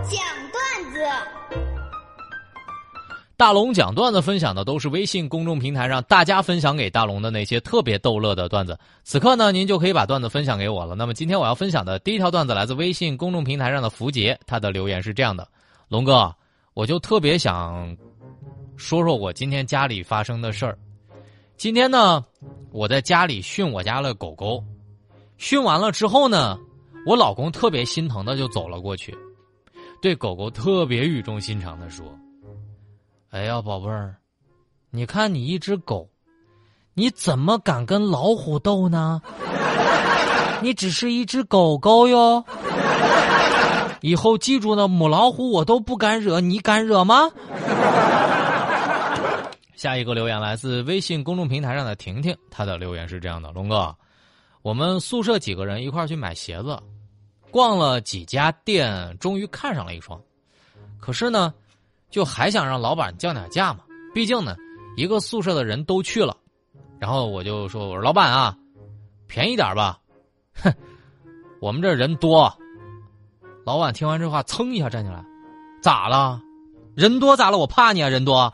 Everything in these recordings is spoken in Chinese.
讲段子。 大龙讲段子分享的都是微信公众平台上大家分享给大龙的那些特别逗乐的段子。此刻呢，您就可以把段子分享给我了。那么今天我要分享的第一条段子来自微信公众平台上的福杰，他的留言是这样的：龙哥，我就特别想说说我今天家里发生的事儿。今天呢，我在家里训我家的狗狗，训完了之后呢，我老公特别心疼的就走了过去，对狗狗特别语重心长的说：哎呀，宝贝儿，你看你一只狗，你怎么敢跟老虎斗呢？你只是一只狗狗哟，以后记住了，母老虎我都不敢惹，你敢惹吗？下一个留言来自微信公众平台上的婷婷，她的留言是这样的：龙哥，我们宿舍几个人一块去买鞋子，逛了几家店，终于看上了一双，可是呢就还想让老板降点价嘛，毕竟呢一个宿舍的人都去了。然后我就说，我说老板啊，便宜点吧。哼，我们这人多。老板听完这话噌一下站起来，咋了？人多咋了？我怕你啊，人多。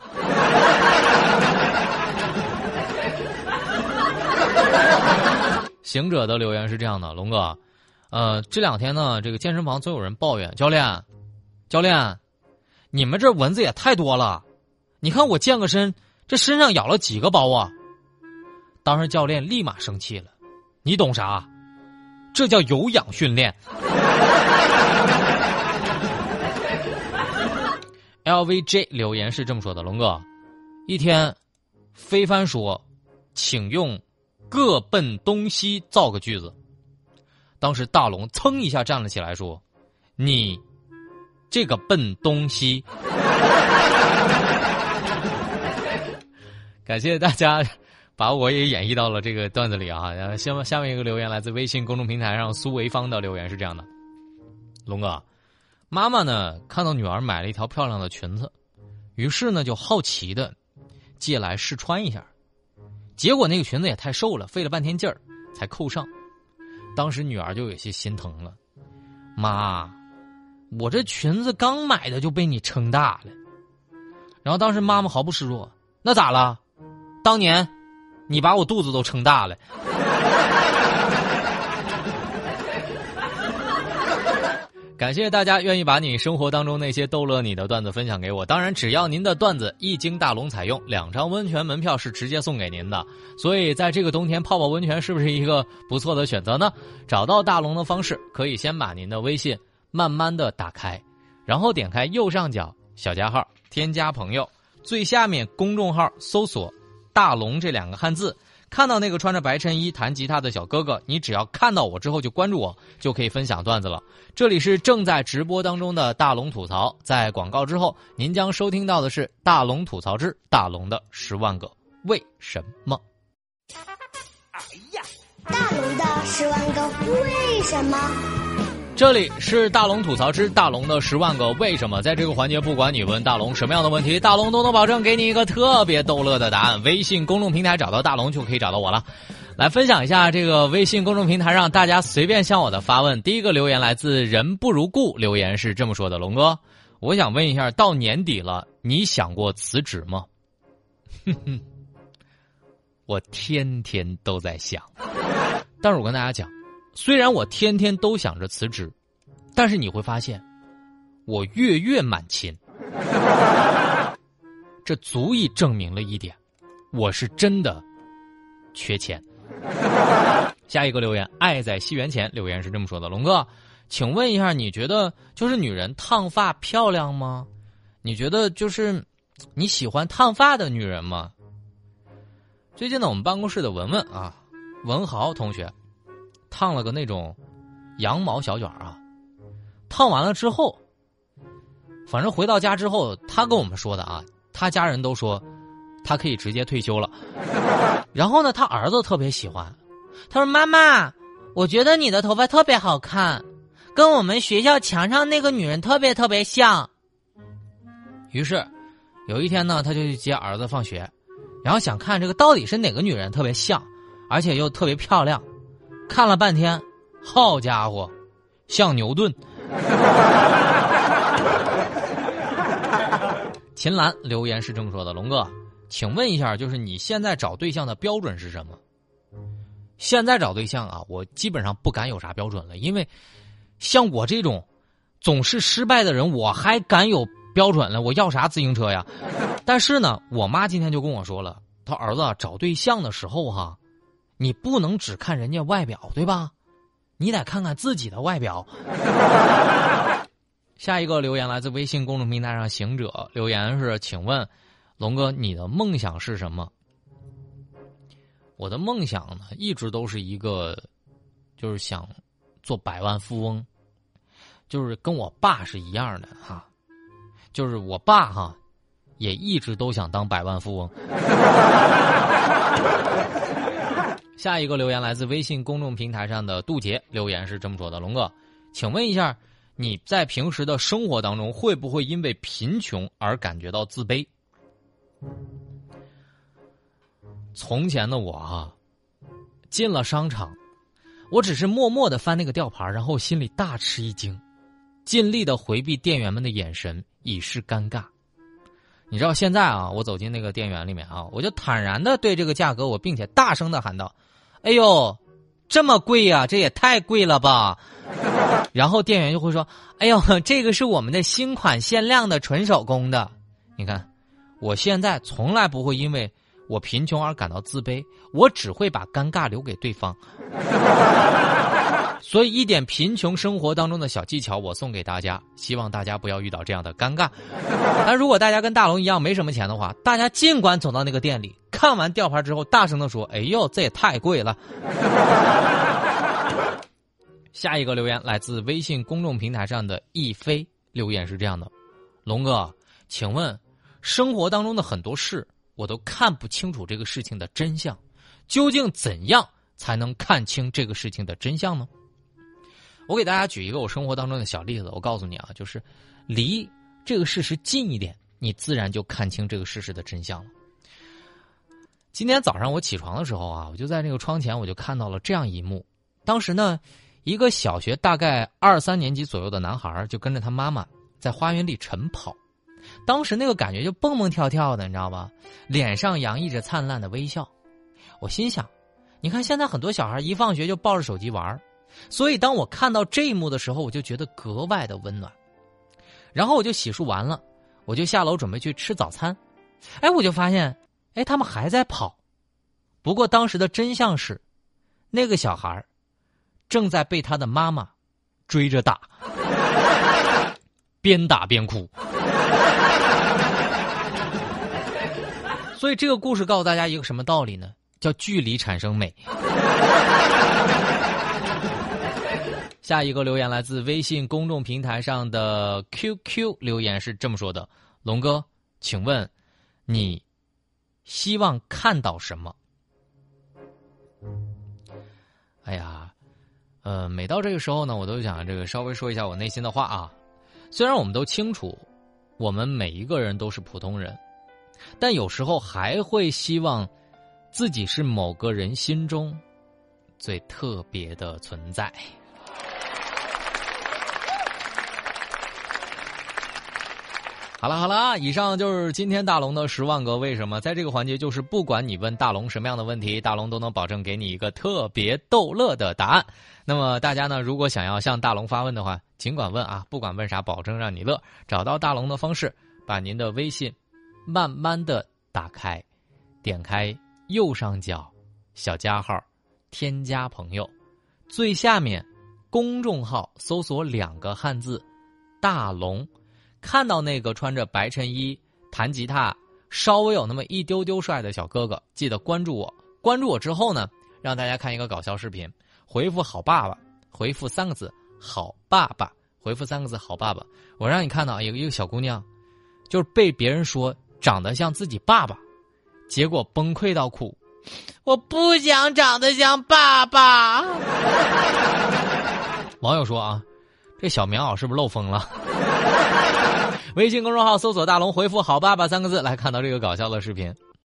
行者的留言是这样的：龙哥，这两天呢这个健身房总有人抱怨，教练你们这蚊子也太多了，你看我健个身，这身上咬了几个包啊。当时教练立马生气了，你懂啥？这叫有氧训练。LVJ 留言是这么说的：龙哥，一天非凡说请用各奔东西造个句子。当时大龙噌一下站了起来说，你这个笨东西。感谢大家把我也演绎到了这个段子里啊。下面一个留言来自微信公众平台上苏维芳的留言是这样的：龙哥，妈妈呢看到女儿买了一条漂亮的裙子，于是呢就好奇的借来试穿一下，结果那个裙子也太瘦了，费了半天劲儿才扣上。当时女儿就有些心疼了，妈，我这裙子刚买的就被你撑大了。然后当时妈妈毫不示弱，那咋了？当年你把我肚子都撑大了。感谢大家愿意把你生活当中那些逗乐你的段子分享给我，当然只要您的段子一经大龙采用，2张温泉门票是直接送给您的。所以在这个冬天泡泡温泉是不是一个不错的选择呢？找到大龙的方式，可以先把您的微信慢慢的打开，然后点开右上角小加号，添加朋友，最下面公众号搜索大龙这2个汉字，看到那个穿着白衬衣弹吉他的小哥哥，你只要看到我之后就关注我，就可以分享段子了。这里是正在直播当中的大龙吐槽，在广告之后您将收听到的是大龙吐槽之大龙的10万个为什么。 哎呀，大龙的10万个为什么。 这里是大龙吐槽之大龙的10万个为什么。在这个环节，不管你问大龙什么样的问题，大龙都能保证给你一个特别逗乐的答案。微信公众平台找到大龙就可以找到我了。来分享一下这个微信公众平台上大家随便向我的发问。第一个留言来自人不如故，留言是这么说的：龙哥，我想问一下，到年底了，你想过辞职吗？我天天都在想。但是我跟大家讲，虽然我天天都想着辞职，但是你会发现我月月满勤。这足以证明了一点，我是真的缺钱。下一个留言，爱在西元前，留言是这么说的：龙哥，请问一下，你觉得就是女人烫发漂亮吗？你觉得就是你喜欢烫发的女人吗？最近呢，我们办公室的文豪同学烫了个那种羊毛小卷啊，烫完了之后，反正回到家之后，他跟我们说的啊，他家人都说他可以直接退休了。然后呢，他儿子特别喜欢，他说妈妈，我觉得你的头发特别好看，跟我们学校墙上那个女人特别特别像。于是有一天呢，他就去接儿子放学，然后想看这个到底是哪个女人特别像，而且又特别漂亮。看了半天，好家伙，像牛顿。 秦岚留言是这么说的：龙哥，请问一下，就是你现在找对象的标准是什么？现在找对象啊，我基本上不敢有啥标准了，因为像我这种总是失败的人，我还敢有标准了？我要啥自行车呀？但是呢，我妈今天就跟我说了，她儿子找对象的时候哈，你不能只看人家外表，对吧？你得看看自己的外表。下一个留言来自微信公众平台上行者，留言是：请问龙哥，你的梦想是什么？我的梦想呢，一直都是一个，就是想做百万富翁，就是跟我爸是一样的哈，就是我爸哈，也一直都想当百万富翁。下一个留言来自微信公众平台上的杜杰，留言是这么说的：龙哥，请问一下，你在平时的生活当中会不会因为贫穷而感觉到自卑？从前的我啊，进了商场，我只是默默地翻那个吊牌，然后心里大吃一惊，尽力地回避店员们的眼神，以示尴尬。你知道现在啊，我走进那个店员里面啊，我就坦然地对这个价格我并且大声地喊道：哎呦，这么贵呀，这也太贵了吧。然后店员就会说：哎呦，这个是我们的新款限量的纯手工的。你看，我现在从来不会因为我贫穷而感到自卑，我只会把尴尬留给对方。所以一点贫穷生活当中的小技巧我送给大家，希望大家不要遇到这样的尴尬。但如果大家跟大龙一样没什么钱的话，大家尽管走到那个店里，看完吊牌之后大声地说：哎呦，这也太贵了。下一个留言来自微信公众平台上的一飞，留言是这样的：龙哥，请问生活当中的很多事我都看不清楚这个事情的真相，究竟怎样才能看清这个事情的真相呢？我给大家举一个我生活当中的小例子，我告诉你啊，就是离这个事实近一点，你自然就看清这个事实的真相了。今天早上我起床的时候啊，我就在这个窗前，我就看到了这样一幕。当时呢，一个小学大概2、3年级左右的男孩就跟着他妈妈在花园里晨跑，当时那个感觉就蹦蹦跳跳的，你知道吧？脸上洋溢着灿烂的微笑。我心想，你看现在很多小孩一放学就抱着手机玩，所以当我看到这一幕的时候，我就觉得格外的温暖。然后我就洗漱完了，我就下楼准备去吃早餐。我就发现，他们还在跑。不过当时的真相是，那个小孩正在被他的妈妈追着打，边打边哭。所以这个故事告诉大家一个什么道理呢？叫距离产生美。下一个留言来自微信公众平台上的 QQ， 留言是这么说的：龙哥，请问你希望看到什么？每到这个时候呢，我都想稍微说一下我内心的话啊。虽然我们都清楚我们每一个人都是普通人，但有时候还会希望自己是某个人心中最特别的存在。好了，以上就是今天大龙的10万个为什么。在这个环节，就是不管你问大龙什么样的问题，大龙都能保证给你一个特别逗乐的答案。那么大家呢，如果想要向大龙发问的话，尽管问啊，不管问啥，保证让你乐。找到大龙的方式，把您的微信慢慢的打开，点开右上角小加号，添加朋友，最下面公众号搜索2个汉字大龙，看到那个穿着白衬衣弹吉他稍微有那么一丢丢帅的小哥哥，记得关注我。关注我之后呢，让大家看一个搞笑视频，回复好爸爸，回复3个字好爸爸，回复3个字好爸爸。我让你看到有一个小姑娘，就是被别人说长得像自己爸爸，结果崩溃到哭，我不想长得像爸爸。网友说啊，这小棉袄是不是漏风了？微信公众号搜索大龙，回复好爸爸3个字来看到这个搞笑的视频。